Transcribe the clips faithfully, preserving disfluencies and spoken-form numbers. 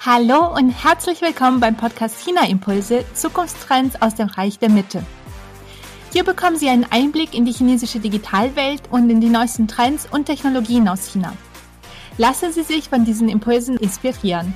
Hallo und herzlich willkommen beim Podcast China Impulse, Zukunftstrends aus dem Reich der Mitte. Hier bekommen Sie einen Einblick in die chinesische Digitalwelt und in die neuesten Trends und Technologien aus China. Lassen Sie sich von diesen Impulsen inspirieren.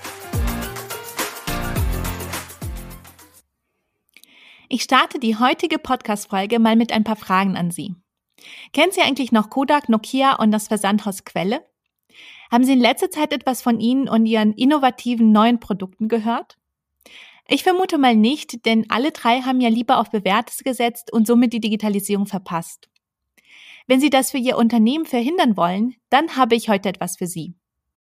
Ich starte die heutige Podcast-Folge mal mit ein paar Fragen an Sie. Kennen Sie eigentlich noch Kodak, Nokia und das Versandhaus Quelle? Haben Sie in letzter Zeit etwas von Ihnen und Ihren innovativen neuen Produkten gehört? Ich vermute mal nicht, denn alle drei haben ja lieber auf Bewährtes gesetzt und somit die Digitalisierung verpasst. Wenn Sie das für Ihr Unternehmen verhindern wollen, dann habe ich heute etwas für Sie.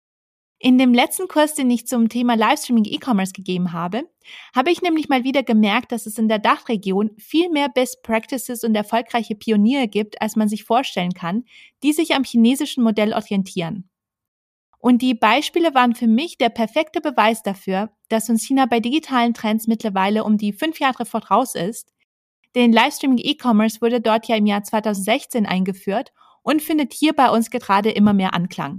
In dem letzten Kurs, den ich zum Thema Livestreaming E-Commerce gegeben habe, habe ich nämlich mal wieder gemerkt, dass es in der Dachregion viel mehr Best Practices und erfolgreiche Pioniere gibt, als man sich vorstellen kann, die sich am chinesischen Modell orientieren. Und die Beispiele waren für mich der perfekte Beweis dafür, dass uns China bei digitalen Trends mittlerweile um die fünf Jahre voraus ist. Denn Livestreaming E-Commerce wurde dort ja im Jahr zweitausendsechzehn eingeführt und findet hier bei uns gerade immer mehr Anklang.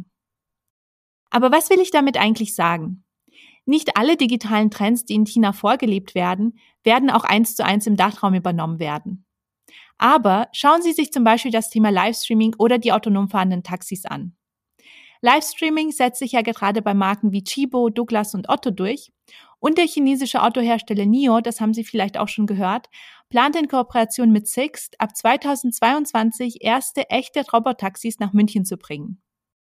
Aber was will ich damit eigentlich sagen? Nicht alle digitalen Trends, die in China vorgelebt werden, werden auch eins zu eins im Dachraum übernommen werden. Aber schauen Sie sich zum Beispiel das Thema Livestreaming oder die autonom fahrenden Taxis an. Livestreaming setzt sich ja gerade bei Marken wie Chibo, Douglas und Otto durch. Und der chinesische Autohersteller N I O, das haben Sie vielleicht auch schon gehört, plant in Kooperation mit Sixt ab zweitausendzweiundzwanzig erste echte Robotaxis nach München zu bringen.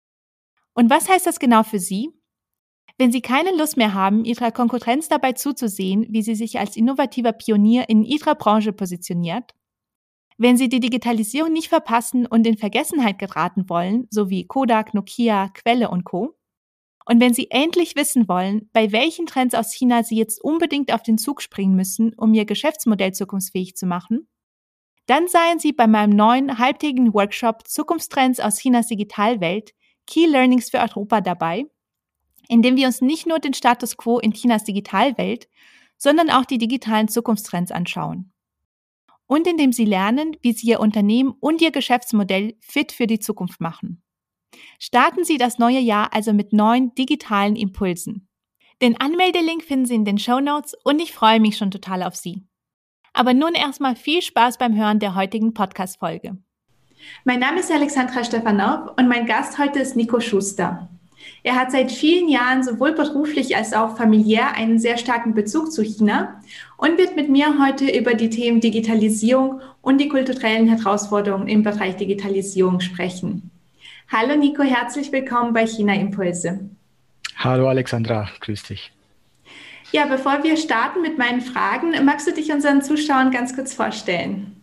Und was heißt das genau für Sie? Wenn Sie keine Lust mehr haben, Ihrer Konkurrenz dabei zuzusehen, wie sie sich als innovativer Pionier in Ihrer Branche positioniert, wenn Sie die Digitalisierung nicht verpassen und in Vergessenheit geraten wollen, so wie Kodak, Nokia, Quelle und Co., und wenn Sie endlich wissen wollen, bei welchen Trends aus China Sie jetzt unbedingt auf den Zug springen müssen, um Ihr Geschäftsmodell zukunftsfähig zu machen, dann seien Sie bei meinem neuen halbtägigen Workshop Zukunftstrends aus Chinas Digitalwelt Key Learnings für Europa dabei, in dem wir uns nicht nur den Status quo in Chinas Digitalwelt, sondern auch die digitalen Zukunftstrends anschauen. Und indem Sie lernen, wie Sie Ihr Unternehmen und Ihr Geschäftsmodell fit für die Zukunft machen. Starten Sie das neue Jahr also mit neuen digitalen Impulsen. Den Anmeldelink finden Sie in den Shownotes und ich freue mich schon total auf Sie. Aber nun erstmal viel Spaß beim Hören der heutigen Podcast-Folge. Mein Name ist Alexandra Stefanov und mein Gast heute ist Nico Schuster. Er hat seit vielen Jahren sowohl beruflich als auch familiär einen sehr starken Bezug zu China und wird mit mir heute über die Themen Digitalisierung und die kulturellen Herausforderungen im Bereich Digitalisierung sprechen. Hallo Nico, herzlich willkommen bei China Impulse. Hallo Alexandra, grüß dich. Ja, bevor wir starten mit meinen Fragen, magst du dich unseren Zuschauern ganz kurz vorstellen?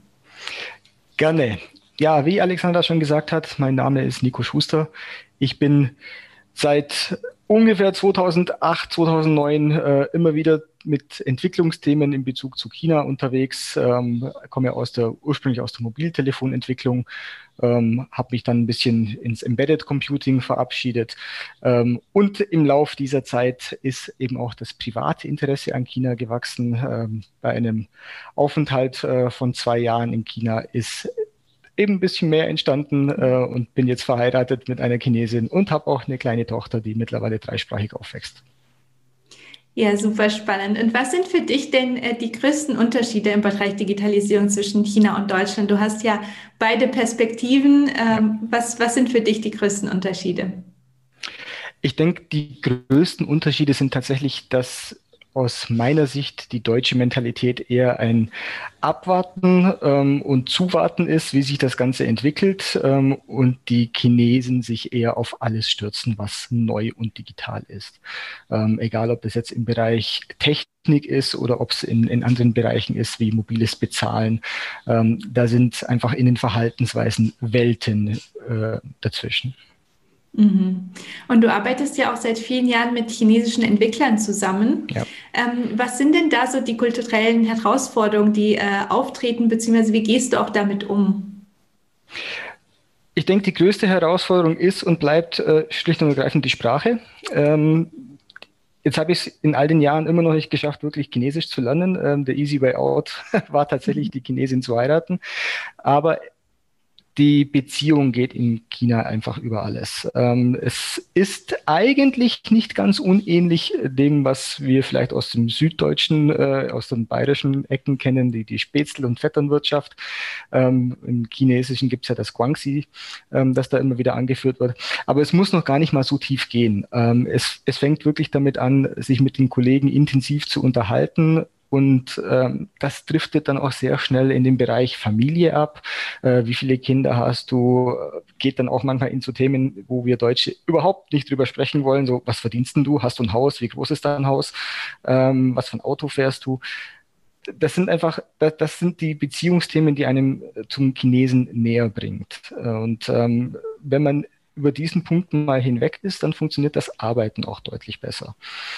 Gerne. Ja, wie Alexandra schon gesagt hat, mein Name ist Nico Schuster. Ich bin seit ungefähr zweitausendacht, zweitausendneun äh, immer wieder mit Entwicklungsthemen in Bezug zu China unterwegs. Ähm, komme aus der ursprünglich aus der Mobiltelefonentwicklung, ähm, habe mich dann ein bisschen ins Embedded Computing verabschiedet. Ähm, und im Lauf dieser Zeit ist eben auch das private Interesse an China gewachsen. Ähm, bei einem Aufenthalt äh, von zwei Jahren in China ist eben ein bisschen mehr entstanden äh, und bin jetzt verheiratet mit einer Chinesin und habe auch eine kleine Tochter, die mittlerweile dreisprachig aufwächst. Ja, super spannend. Und was sind für dich denn äh, die größten Unterschiede im Bereich Digitalisierung zwischen China und Deutschland? Du hast ja beide Perspektiven. Ähm, ja. was, was sind für dich die größten Unterschiede? Ich denke, die größten Unterschiede sind tatsächlich, dass aus meiner Sicht die deutsche Mentalität eher ein Abwarten ähm, und Zuwarten ist, wie sich das Ganze entwickelt, ähm, und die Chinesen sich eher auf alles stürzen, was neu und digital ist. Ähm, egal, ob das jetzt im Bereich Technik ist oder ob es in, in anderen Bereichen ist, wie mobiles Bezahlen. Ähm, da sind einfach in den Verhaltensweisen Welten äh, dazwischen. Mhm. Und du arbeitest ja auch seit vielen Jahren mit chinesischen Entwicklern zusammen. Ja. Ähm, was sind denn da so die kulturellen Herausforderungen, die äh, auftreten, beziehungsweise wie gehst du auch damit um? Ich denke, die größte Herausforderung ist und bleibt äh, schlicht und ergreifend die Sprache. Ähm, Jetzt habe ich es in all den Jahren immer noch nicht geschafft, wirklich Chinesisch zu lernen. Ähm, der easy way out war tatsächlich, die Chinesin zu heiraten. Aber die Beziehung geht in China einfach über alles. Ähm, es ist eigentlich nicht ganz unähnlich dem, was wir vielleicht aus dem süddeutschen, äh, aus den bayerischen Ecken kennen, die, die Spätzle- und Vetternwirtschaft. Ähm, im Chinesischen gibt es ja das Guangxi, ähm, das da immer wieder angeführt wird. Aber es muss noch gar nicht mal so tief gehen. Ähm, es, es fängt wirklich damit an, sich mit den Kollegen intensiv zu unterhalten. Und ähm, das driftet dann auch sehr schnell in den Bereich Familie ab. Äh, wie viele Kinder hast du? Geht dann auch manchmal in so Themen, wo wir Deutsche überhaupt nicht drüber sprechen wollen. So, was verdienst denn du? Hast du ein Haus? Wie groß ist dein Haus? Ähm, was für ein Auto fährst du? Das sind einfach, das, das sind die Beziehungsthemen, die einem zum Chinesen näher bringt. Und ähm, wenn man über diesen Punkt mal hinweg ist, dann funktioniert das Arbeiten auch deutlich besser.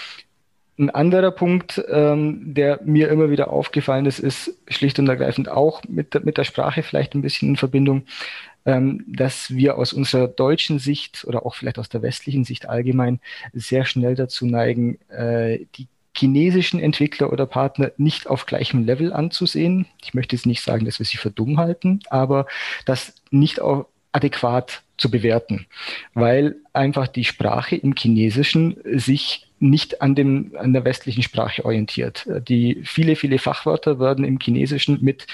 Ein anderer Punkt, ähm, der mir immer wieder aufgefallen ist, ist schlicht und ergreifend auch mit, der- mit der Sprache vielleicht ein bisschen in Verbindung, ähm, dass wir aus unserer deutschen Sicht oder auch vielleicht aus der westlichen Sicht allgemein sehr schnell dazu neigen, äh, die chinesischen Entwickler oder Partner nicht auf gleichem Level anzusehen. Ich möchte jetzt nicht sagen, dass wir sie für dumm halten, aber das nicht auch adäquat zu bewerten, weil einfach die Sprache im Chinesischen sich nicht an dem, an der westlichen Sprache orientiert. Die viele, viele Fachwörter werden im Chinesischen mit,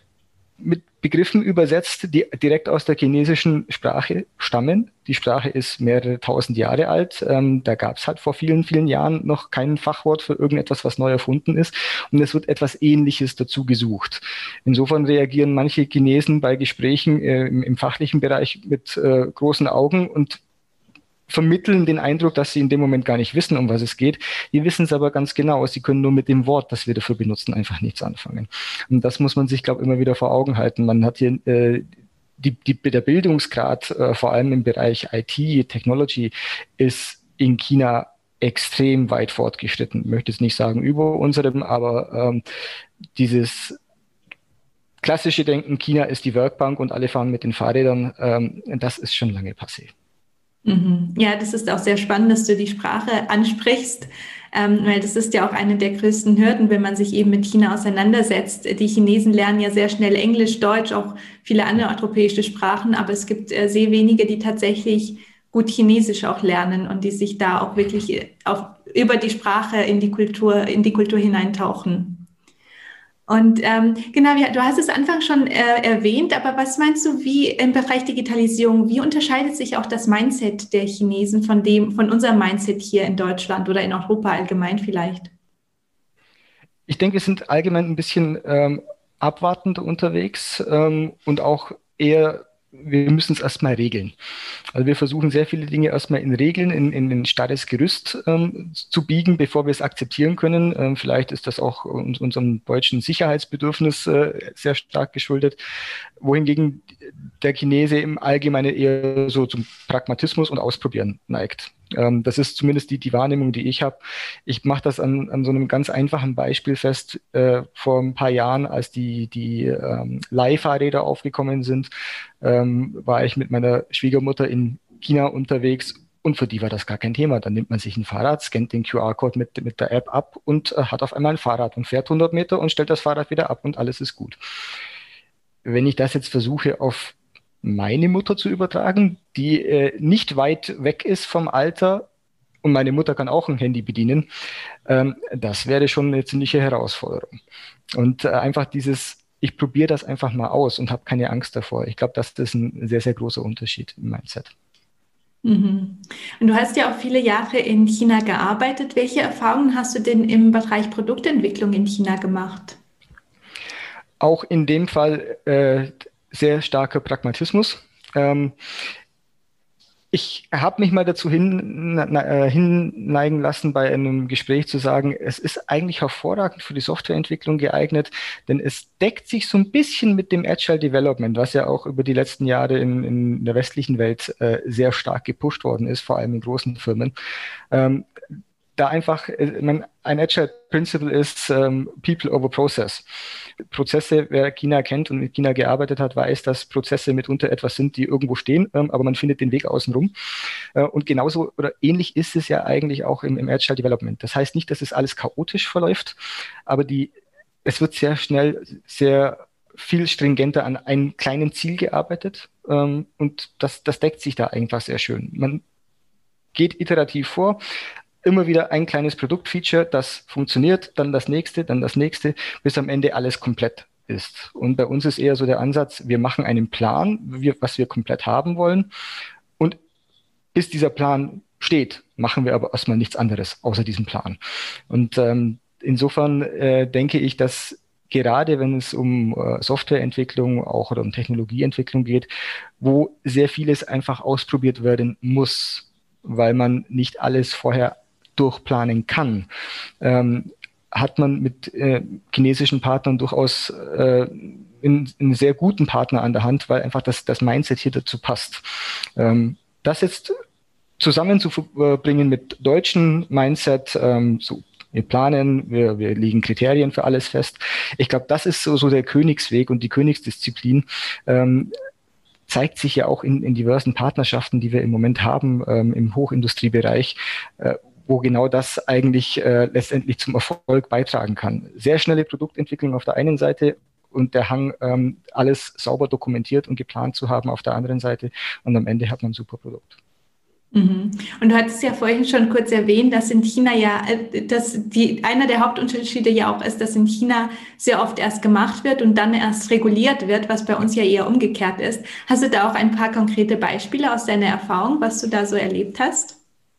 mit Begriffen übersetzt, die direkt aus der chinesischen Sprache stammen. Die Sprache ist mehrere tausend Jahre alt. Ähm, da gab es halt vor vielen, vielen Jahren noch kein Fachwort für irgendetwas, was neu erfunden ist. Und es wird etwas Ähnliches dazu gesucht. Insofern reagieren manche Chinesen bei Gesprächen äh, im, im fachlichen Bereich mit äh, großen Augen und vermitteln den Eindruck, dass sie in dem Moment gar nicht wissen, um was es geht. Die wissen es aber ganz genau. Sie können nur mit dem Wort, das wir dafür benutzen, einfach nichts anfangen. Und das muss man sich, glaube ich, immer wieder vor Augen halten. Man hat hier äh, die, die, der Bildungsgrad, äh, vor allem im Bereich I T, Technology, ist in China extrem weit fortgeschritten. Ich möchte jetzt nicht sagen über unserem, aber ähm, dieses klassische Denken, China ist die Werkbank und alle fahren mit den Fahrrädern, ähm, das ist schon lange passé. Mhm. Ja, das ist auch sehr spannend, dass du die Sprache ansprichst, ähm, weil das ist ja auch eine der größten Hürden, wenn man sich eben mit China auseinandersetzt. Die Chinesen lernen ja sehr schnell Englisch, Deutsch, auch viele andere europäische Sprachen, aber es gibt äh, sehr wenige, die tatsächlich gut Chinesisch auch lernen und die sich da auch wirklich auf, über die Sprache in die Kultur, in die Kultur hineintauchen. Und ähm, genau, ja, du hast es Anfang schon äh, erwähnt, aber was meinst du, wie im Bereich Digitalisierung, wie unterscheidet sich auch das Mindset der Chinesen von dem, von unserem Mindset hier in Deutschland oder in Europa allgemein vielleicht? Ich denke, wir sind allgemein ein bisschen ähm, abwartend unterwegs ähm, und auch eher, wir müssen es erstmal regeln. Also wir versuchen sehr viele Dinge erstmal in Regeln, in, in ein starres Gerüst ähm, zu biegen, bevor wir es akzeptieren können. Ähm, vielleicht ist das auch uns, unserem deutschen Sicherheitsbedürfnis äh, sehr stark geschuldet, wohingegen der Chinese im Allgemeinen eher so zum Pragmatismus und Ausprobieren neigt. Ähm, das ist zumindest die, die Wahrnehmung, die ich habe. Ich mache das an, an so einem ganz einfachen Beispiel fest. Äh, vor ein paar Jahren, als die, die ähm, Leihfahrräder aufgekommen sind, ähm, war ich mit meiner Schwiegermutter in China unterwegs und für die war das gar kein Thema. Dann nimmt man sich ein Fahrrad, scannt den Q R-Code mit, mit der App ab und äh, hat auf einmal ein Fahrrad und fährt hundert Meter und stellt das Fahrrad wieder ab und alles ist gut. Wenn ich das jetzt versuche auf meine Mutter zu übertragen, die äh, nicht weit weg ist vom Alter und meine Mutter kann auch ein Handy bedienen, ähm, das wäre schon eine ziemliche Herausforderung. Und äh, einfach dieses, ich probiere das einfach mal aus und habe keine Angst davor. Ich glaube, das ist ein sehr, sehr großer Unterschied im Mindset. Mhm. Und du hast ja auch viele Jahre in China gearbeitet. Welche Erfahrungen hast du denn im Bereich Produktentwicklung in China gemacht? Auch in dem Fall äh, sehr starker Pragmatismus. Ähm, ich habe mich mal dazu hin, na, äh, hinneigen lassen, bei einem Gespräch zu sagen, es ist eigentlich hervorragend für die Softwareentwicklung geeignet, denn es deckt sich so ein bisschen mit dem Agile Development, was ja auch über die letzten Jahre in, in der westlichen Welt äh, sehr stark gepusht worden ist, vor allem in großen Firmen. Ähm, da einfach, man, ein Agile Principle ist ähm, People over Process. Prozesse, wer China kennt und mit China gearbeitet hat, weiß, dass Prozesse mitunter etwas sind, die irgendwo stehen, ähm, aber man findet den Weg außenrum. Äh, und genauso oder ähnlich ist es ja eigentlich auch im, im Agile Development. Das heißt nicht, dass es alles chaotisch verläuft, aber die, es wird sehr schnell sehr viel stringenter an einem kleinen Ziel gearbeitet. Ähm, und das, das deckt sich da einfach sehr schön. Man geht iterativ vor, immer wieder ein kleines Produktfeature, das funktioniert, dann das nächste, dann das nächste, bis am Ende alles komplett ist. Und bei uns ist eher so der Ansatz, wir machen einen Plan, wir, was wir komplett haben wollen. Und bis dieser Plan steht, machen wir aber erstmal nichts anderes außer diesem Plan. Und ähm, insofern äh, denke ich, dass gerade wenn es um äh, Softwareentwicklung auch oder um Technologieentwicklung geht, wo sehr vieles einfach ausprobiert werden muss, weil man nicht alles vorher durchplanen kann, ähm, hat man mit äh, chinesischen Partnern durchaus äh, einen, einen sehr guten Partner an der Hand, weil einfach das, das Mindset hier dazu passt. Ähm, das jetzt zusammenzubringen mit deutschen Mindset, ähm, so wir planen, wir, wir legen Kriterien für alles fest. Ich glaube, das ist so, so der Königsweg und die Königsdisziplin. Ähm, zeigt sich ja auch in, in diversen Partnerschaften, die wir im Moment haben ähm, im Hochindustriebereich, äh, wo genau das eigentlich äh, letztendlich zum Erfolg beitragen kann. Sehr schnelle Produktentwicklung auf der einen Seite und der Hang, ähm, alles sauber dokumentiert und geplant zu haben auf der anderen Seite. Und am Ende hat man ein super Produkt. Mhm. Und du hattest ja vorhin schon kurz erwähnt, dass in China ja, dass die, einer der Hauptunterschiede ja auch ist, dass in China sehr oft erst gemacht wird und dann erst reguliert wird, was bei uns ja eher umgekehrt ist. Hast du da auch ein paar konkrete Beispiele aus deiner Erfahrung, was du da so erlebt hast?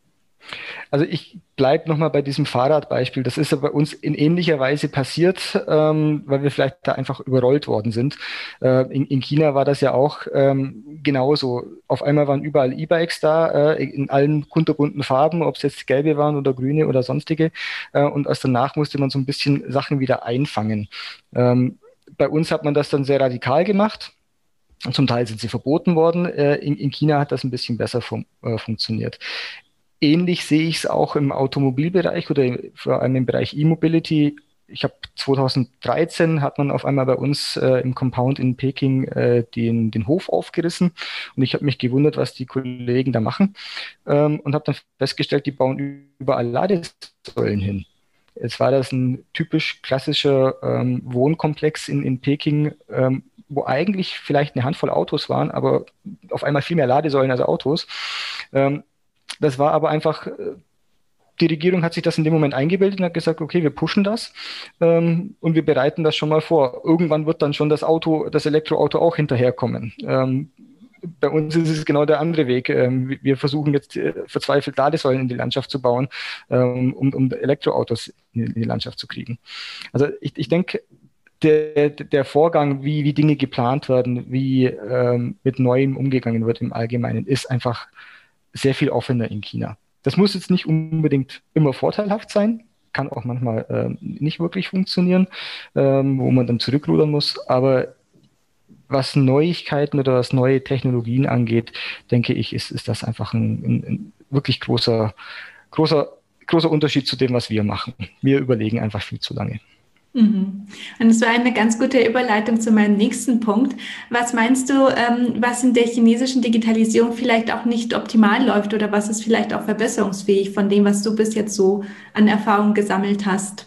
Also ich bleibe nochmal bei diesem Fahrradbeispiel. Das ist ja bei uns in ähnlicher Weise passiert, ähm, weil wir vielleicht da einfach überrollt worden sind. Äh, in, in China war das ja auch ähm, genauso. Auf einmal waren überall E-Bikes da, äh, in allen kunterbunten Farben, ob es jetzt gelbe waren oder grüne oder sonstige. Äh, und erst danach musste man so ein bisschen Sachen wieder einfangen. Ähm, bei uns hat man das dann sehr radikal gemacht. Und zum Teil sind sie verboten worden. Äh, in, in China hat das ein bisschen besser fun- äh, funktioniert. Ähnlich sehe ich es auch im Automobilbereich oder vor allem im Bereich E-Mobility. Ich habe zweitausenddreizehn hat man auf einmal bei uns äh, im Compound in Peking äh, den, den Hof aufgerissen und ich habe mich gewundert, was die Kollegen da machen ähm, und habe dann festgestellt, die bauen überall Ladesäulen hin. Jetzt war das ein typisch klassischer ähm, Wohnkomplex in, in Peking, ähm, wo eigentlich vielleicht eine Handvoll Autos waren, aber auf einmal viel mehr Ladesäulen als Autos. Ähm, Das war aber einfach, die Regierung hat sich das in dem Moment eingebildet und hat gesagt, okay, wir pushen das ähm, und wir bereiten das schon mal vor. Irgendwann wird dann schon das Auto, das Elektroauto auch hinterherkommen. Ähm, bei uns ist es genau der andere Weg. Ähm, wir versuchen jetzt äh, verzweifelt Ladesäulen in die Landschaft zu bauen, ähm, um, um Elektroautos in die Landschaft zu kriegen. Also ich, ich denke, der, der Vorgang, wie, wie Dinge geplant werden, wie ähm, mit Neuem umgegangen wird im Allgemeinen, ist einfach sehr viel offener in China. Das muss jetzt nicht unbedingt immer vorteilhaft sein, kann auch manchmal äh, nicht wirklich funktionieren, ähm, wo man dann zurückrudern muss. Aber was Neuigkeiten oder was neue Technologien angeht, denke ich, ist, ist das einfach ein, ein, ein wirklich großer, großer, großer Unterschied zu dem, was wir machen. Wir überlegen einfach viel zu lange. Mhm. Und das war eine ganz gute Überleitung zu meinem nächsten Punkt. Was meinst du, ähm, was in der chinesischen Digitalisierung vielleicht auch nicht optimal läuft oder was ist vielleicht auch verbesserungsfähig von dem, was du bis jetzt so an Erfahrung gesammelt hast?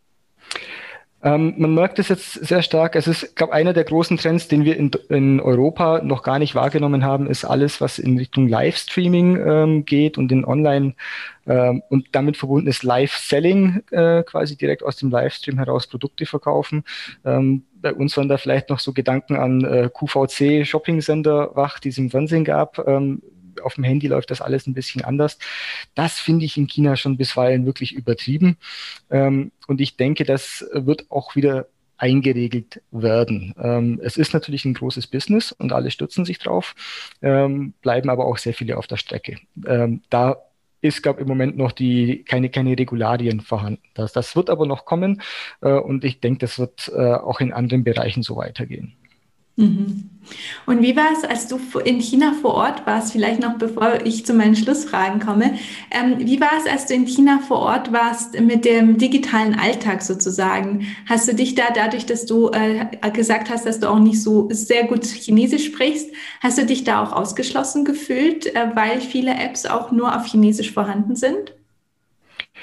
Ähm, man merkt es jetzt sehr stark. Es ist, glaube ich, einer der großen Trends, den wir in, in Europa noch gar nicht wahrgenommen haben, ist alles, was in Richtung Livestreaming ähm, geht und in Online ähm, und damit verbunden ist Live-Selling, äh, quasi direkt aus dem Livestream heraus Produkte verkaufen. Ähm, bei uns waren da vielleicht noch so Gedanken an äh, Q V C-Shopping-Sender wach, die es im Fernsehen gab. Ähm, auf dem Handy läuft das alles ein bisschen anders. Das finde ich in China schon bisweilen wirklich übertrieben. Ähm, und ich denke, das wird auch wieder eingeregelt werden. Ähm, es ist natürlich ein großes Business und alle stürzen sich drauf, ähm, bleiben aber auch sehr viele auf der Strecke. Ähm, da ist, glaube ich, im Moment noch die, keine, keine Regularien vorhanden. Das, das wird aber noch kommen äh, und ich denke, das wird äh, auch in anderen Bereichen so weitergehen. Mhm. Und wie war es, als du in China vor Ort warst, vielleicht noch bevor ich zu meinen Schlussfragen komme, ähm, wie war es, als du in China vor Ort warst mit dem digitalen Alltag sozusagen? Hast du dich da, dadurch, dass du äh, gesagt hast, dass du auch nicht so sehr gut Chinesisch sprichst, hast du dich da auch ausgeschlossen gefühlt, äh, weil viele Apps auch nur auf Chinesisch vorhanden sind?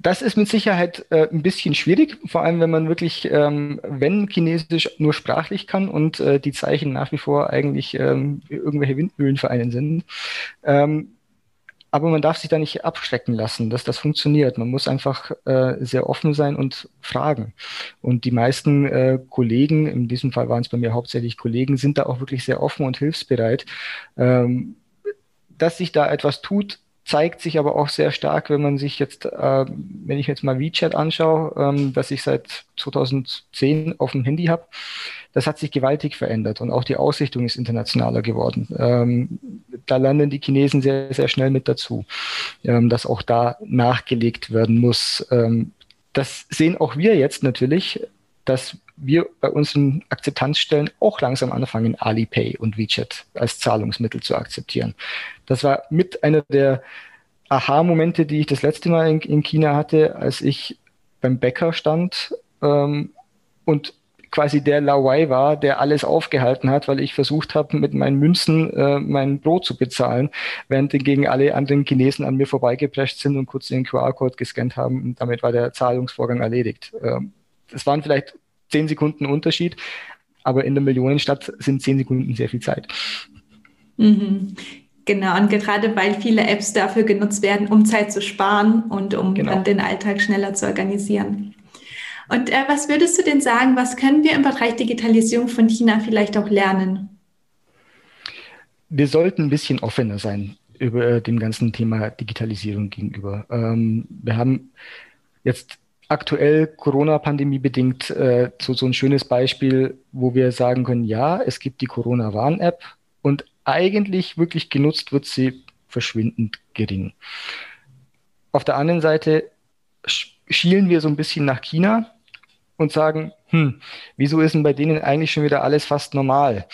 Das ist mit Sicherheit äh, ein bisschen schwierig, vor allem wenn man wirklich, ähm, wenn Chinesisch nur sprachlich kann und äh, die Zeichen nach wie vor eigentlich ähm, irgendwelche Windmühlen für einen sind. Ähm, aber man darf sich da nicht abschrecken lassen, dass das funktioniert. Man muss einfach äh, sehr offen sein und fragen. Und die meisten äh, Kollegen, in diesem Fall waren es bei mir hauptsächlich Kollegen, sind da auch wirklich sehr offen und hilfsbereit. Ähm, dass sich da etwas tut, zeigt sich aber auch sehr stark, wenn man sich jetzt, äh, wenn ich jetzt mal WeChat anschaue, ähm, das ich seit zweitausendzehn auf dem Handy habe, das hat sich gewaltig verändert und auch die Ausrichtung ist internationaler geworden. Ähm, da lernen die Chinesen sehr, sehr schnell mit dazu, ähm, dass auch da nachgelegt werden muss. Ähm, das sehen auch wir jetzt natürlich, dass wir bei unseren Akzeptanzstellen auch langsam anfangen, Alipay und WeChat als Zahlungsmittel zu akzeptieren. Das war mit einer der Aha-Momente, die ich das letzte Mal in, in China hatte, als ich beim Bäcker stand ähm, und quasi der Lauei war, der alles aufgehalten hat, weil ich versucht habe, mit meinen Münzen äh, mein Brot zu bezahlen, während hingegen alle anderen Chinesen an mir vorbeigeprescht sind und kurz den Q R-Code gescannt haben und damit war der Zahlungsvorgang erledigt. Ähm, es waren vielleicht zehn Sekunden Unterschied, aber in der Millionenstadt sind zehn Sekunden sehr viel Zeit. Mhm. Genau, und gerade weil viele Apps dafür genutzt werden, um Zeit zu sparen und um Genau. dann den Alltag schneller zu organisieren. Und äh, was würdest du denn sagen, was können wir im Bereich Digitalisierung von China vielleicht auch lernen? Wir sollten ein bisschen offener sein über dem ganzen Thema Digitalisierung gegenüber. Ähm, wir haben jetzt aktuell Corona-Pandemie bedingt äh, so, so ein schönes Beispiel, wo wir sagen können, ja, es gibt die Corona-Warn-App und eigentlich wirklich genutzt wird sie verschwindend gering. Auf der anderen Seite schielen wir so ein bisschen nach China und sagen, hm, wieso ist denn bei denen eigentlich schon wieder alles fast normal?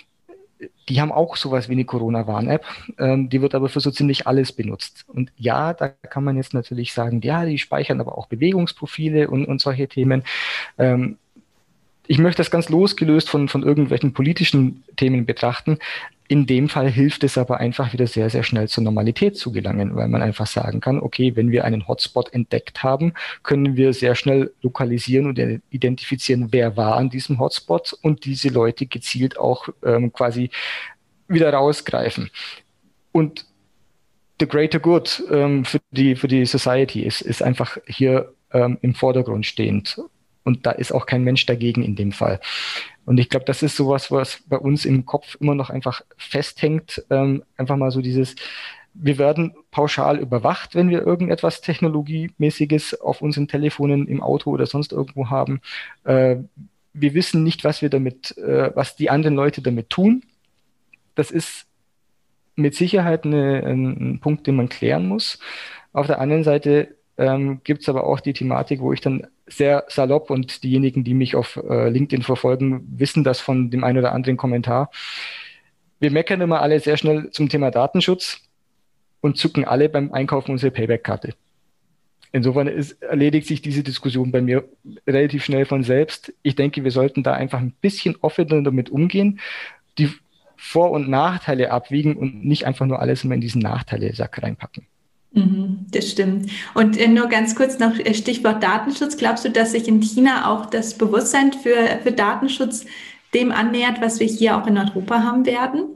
Die haben auch sowas wie eine Corona-Warn-App, ähm, die wird aber für so ziemlich alles benutzt. Und ja, da kann man jetzt natürlich sagen, ja, die speichern aber auch Bewegungsprofile und, und solche Themen. Ähm, ich möchte das ganz losgelöst von, von irgendwelchen politischen Themen betrachten. In dem Fall hilft es aber einfach wieder sehr, sehr schnell zur Normalität zu gelangen, weil man einfach sagen kann, okay, wenn wir einen Hotspot entdeckt haben, können wir sehr schnell lokalisieren und identifizieren, wer war an diesem Hotspot und diese Leute gezielt auch ähm, quasi wieder rausgreifen. Und the greater good ähm, für die, für die Society ist, ist einfach hier ähm, im Vordergrund stehend. Und da ist auch kein Mensch dagegen in dem Fall. Und ich glaube, das ist sowas, was bei uns im Kopf immer noch einfach festhängt. Ähm, einfach mal so dieses, wir werden pauschal überwacht, wenn wir irgendetwas Technologiemäßiges auf unseren Telefonen im Auto oder sonst irgendwo haben. Äh, wir wissen nicht, was wir damit, äh, was die anderen Leute damit tun. Das ist mit Sicherheit eine, ein, ein Punkt, den man klären muss. Auf der anderen Seite ähm, gibt es aber auch die Thematik, wo ich dann sehr salopp und diejenigen, die mich auf äh, LinkedIn verfolgen, wissen das von dem einen oder anderen Kommentar. Wir meckern immer alle sehr schnell zum Thema Datenschutz und zücken alle beim Einkaufen unsere Payback-Karte. Insofern ist, erledigt sich diese Diskussion bei mir relativ schnell von selbst. Ich denke, wir sollten da einfach ein bisschen offener damit umgehen, die Vor- und Nachteile abwiegen und nicht einfach nur alles immer in diesen Nachteile-Sack reinpacken. Das stimmt. Und äh, nur ganz kurz noch äh, Stichwort Datenschutz. Glaubst du, dass sich in China auch das Bewusstsein für, für Datenschutz dem annähert, was wir hier auch in Europa haben werden?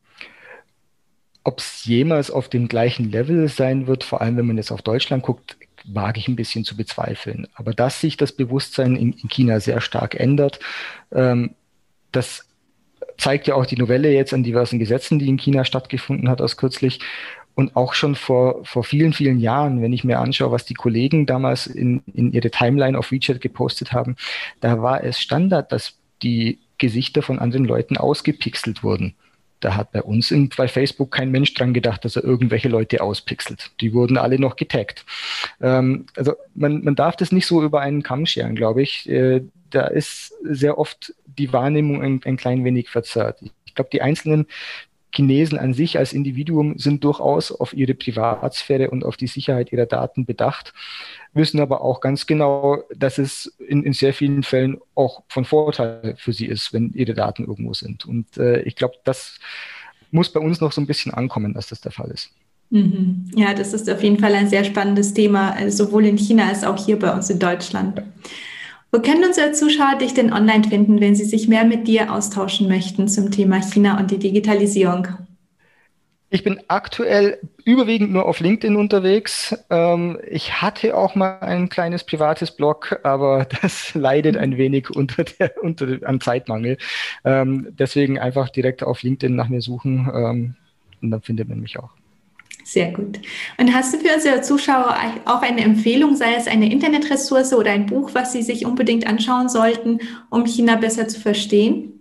Ob es jemals auf dem gleichen Level sein wird, vor allem wenn man jetzt auf Deutschland guckt, wage ich ein bisschen zu bezweifeln. Aber dass sich das Bewusstsein in, in China sehr stark ändert, ähm, das zeigt ja auch die Novelle jetzt an diversen Gesetzen, die in China stattgefunden hat, aus kürzlich. Und auch schon vor, vor vielen, vielen Jahren, wenn ich mir anschaue, was die Kollegen damals in, in ihre Timeline auf WeChat gepostet haben, da war es Standard, dass die Gesichter von anderen Leuten ausgepixelt wurden. Da hat bei uns in, bei Facebook kein Mensch dran gedacht, dass er irgendwelche Leute auspixelt. Die wurden alle noch getaggt. Ähm, also man, man darf das nicht so über einen Kamm scheren, glaube ich. Äh, da ist sehr oft die Wahrnehmung ein, ein klein wenig verzerrt. Ich glaube, die einzelnen Chinesen an sich als Individuum sind durchaus auf ihre Privatsphäre und auf die Sicherheit ihrer Daten bedacht, wissen aber auch ganz genau, dass es in, in sehr vielen Fällen auch von Vorteil für sie ist, wenn ihre Daten irgendwo sind. Und äh, ich glaube, das muss bei uns noch so ein bisschen ankommen, dass das der Fall ist. Mhm. Ja, das ist auf jeden Fall ein sehr spannendes Thema, sowohl in China als auch hier bei uns in Deutschland. Wo können unsere Zuschauer dich denn online finden, wenn sie sich mehr mit dir austauschen möchten zum Thema China und die Digitalisierung? Ich bin aktuell überwiegend nur auf LinkedIn unterwegs. Ähm, ich hatte auch mal ein kleines privates Blog, aber das leidet ein wenig unter der, unter, an Zeitmangel. Ähm, deswegen einfach direkt auf LinkedIn nach mir suchen, ähm, und dann findet man mich auch. Sehr gut. Und hast du für unsere Zuschauer auch eine Empfehlung, sei es eine Internetressource oder ein Buch, was sie sich unbedingt anschauen sollten, um China besser zu verstehen?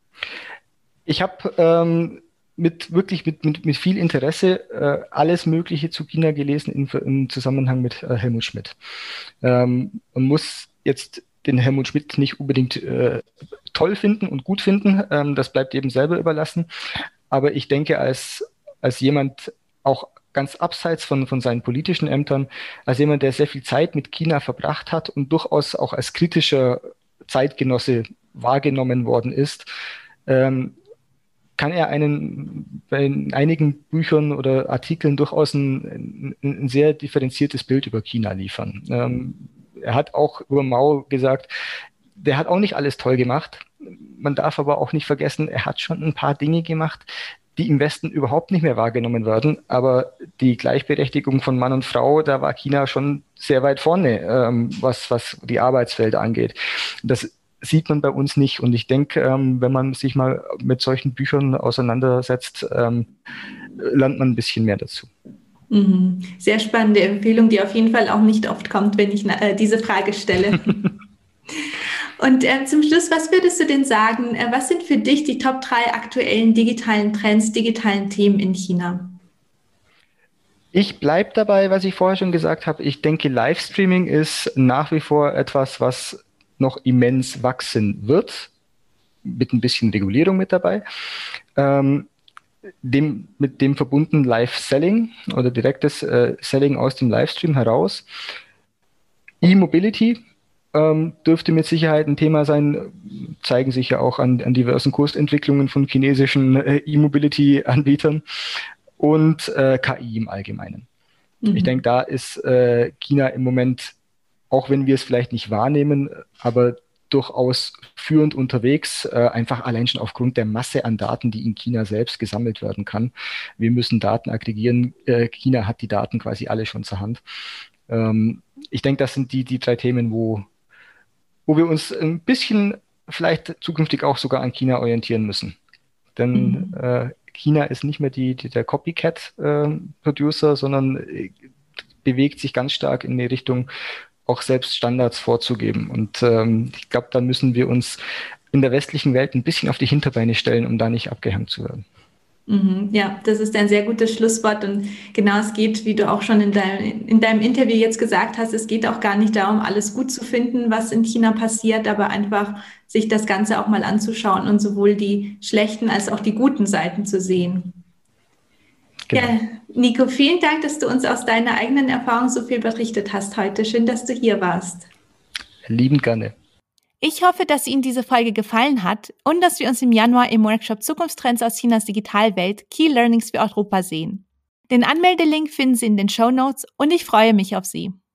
Ich habe ähm, mit wirklich mit, mit, mit viel Interesse äh, alles Mögliche zu China gelesen in, im Zusammenhang mit äh, Helmut Schmidt. Ähm, man muss jetzt den Helmut Schmidt nicht unbedingt äh, toll finden und gut finden. Ähm, das bleibt jedem selber überlassen. Aber ich denke, als, als jemand auch ganz abseits von, von seinen politischen Ämtern, als jemand, der sehr viel Zeit mit China verbracht hat und durchaus auch als kritischer Zeitgenosse wahrgenommen worden ist, ähm, kann er einen bei einigen Büchern oder Artikeln durchaus ein, ein, ein sehr differenziertes Bild über China liefern. Ähm, er hat auch über Mao gesagt, der hat auch nicht alles toll gemacht. Man darf aber auch nicht vergessen, er hat schon ein paar Dinge gemacht, die im Westen überhaupt nicht mehr wahrgenommen werden. Aber die Gleichberechtigung von Mann und Frau, da war China schon sehr weit vorne, ähm, was, was die Arbeitswelt angeht. Das sieht man bei uns nicht. Und ich denke, ähm, wenn man sich mal mit solchen Büchern auseinandersetzt, ähm, lernt man ein bisschen mehr dazu. Mhm. Sehr spannende Empfehlung, die auf jeden Fall auch nicht oft kommt, wenn ich äh, diese Frage stelle. Und äh, zum Schluss, was würdest du denn sagen, äh, was sind für dich die Top drei aktuellen digitalen Trends, digitalen Themen in China? Ich bleibe dabei, was ich vorher schon gesagt habe. Ich denke, Livestreaming ist nach wie vor etwas, was noch immens wachsen wird, mit ein bisschen Regulierung mit dabei. Ähm, dem, mit dem verbunden Live-Selling oder direktes äh, Selling aus dem Livestream heraus. E-Mobility ähm, dürfte mit Sicherheit ein Thema sein, zeigen sich ja auch an, an diversen Kursentwicklungen von chinesischen äh, E-Mobility-Anbietern und äh, K I im Allgemeinen. Mhm. Ich denke, da ist äh, China im Moment, auch wenn wir es vielleicht nicht wahrnehmen, aber durchaus führend unterwegs, äh, einfach allein schon aufgrund der Masse an Daten, die in China selbst gesammelt werden kann. Wir müssen Daten aggregieren. Äh, China hat die Daten quasi alle schon zur Hand. Ähm, ich denke, das sind die, die drei Themen, wo, wo wir uns ein bisschen vielleicht zukünftig auch sogar an China orientieren müssen. Denn mhm. äh, China ist nicht mehr die, die der Copycat-Producer, äh, sondern äh, bewegt sich ganz stark in die Richtung, auch selbst Standards vorzugeben. Und ähm, ich glaube, da müssen wir uns in der westlichen Welt ein bisschen auf die Hinterbeine stellen, um da nicht abgehängt zu werden. Ja, das ist ein sehr gutes Schlusswort und genau, es geht, wie du auch schon in deinem, in deinem Interview jetzt gesagt hast, es geht auch gar nicht darum, alles gut zu finden, was in China passiert, aber einfach sich das Ganze auch mal anzuschauen und sowohl die schlechten als auch die guten Seiten zu sehen. Genau. Ja, Nico, vielen Dank, dass du uns aus deiner eigenen Erfahrung so viel berichtet hast heute. Schön, dass du hier warst. Liebend gerne. Ich hoffe, dass Ihnen diese Folge gefallen hat und dass wir uns im Januar im Workshop Zukunftstrends aus Chinas Digitalwelt Key Learnings für Europa sehen. Den Anmeldelink finden Sie in den Shownotes und ich freue mich auf Sie.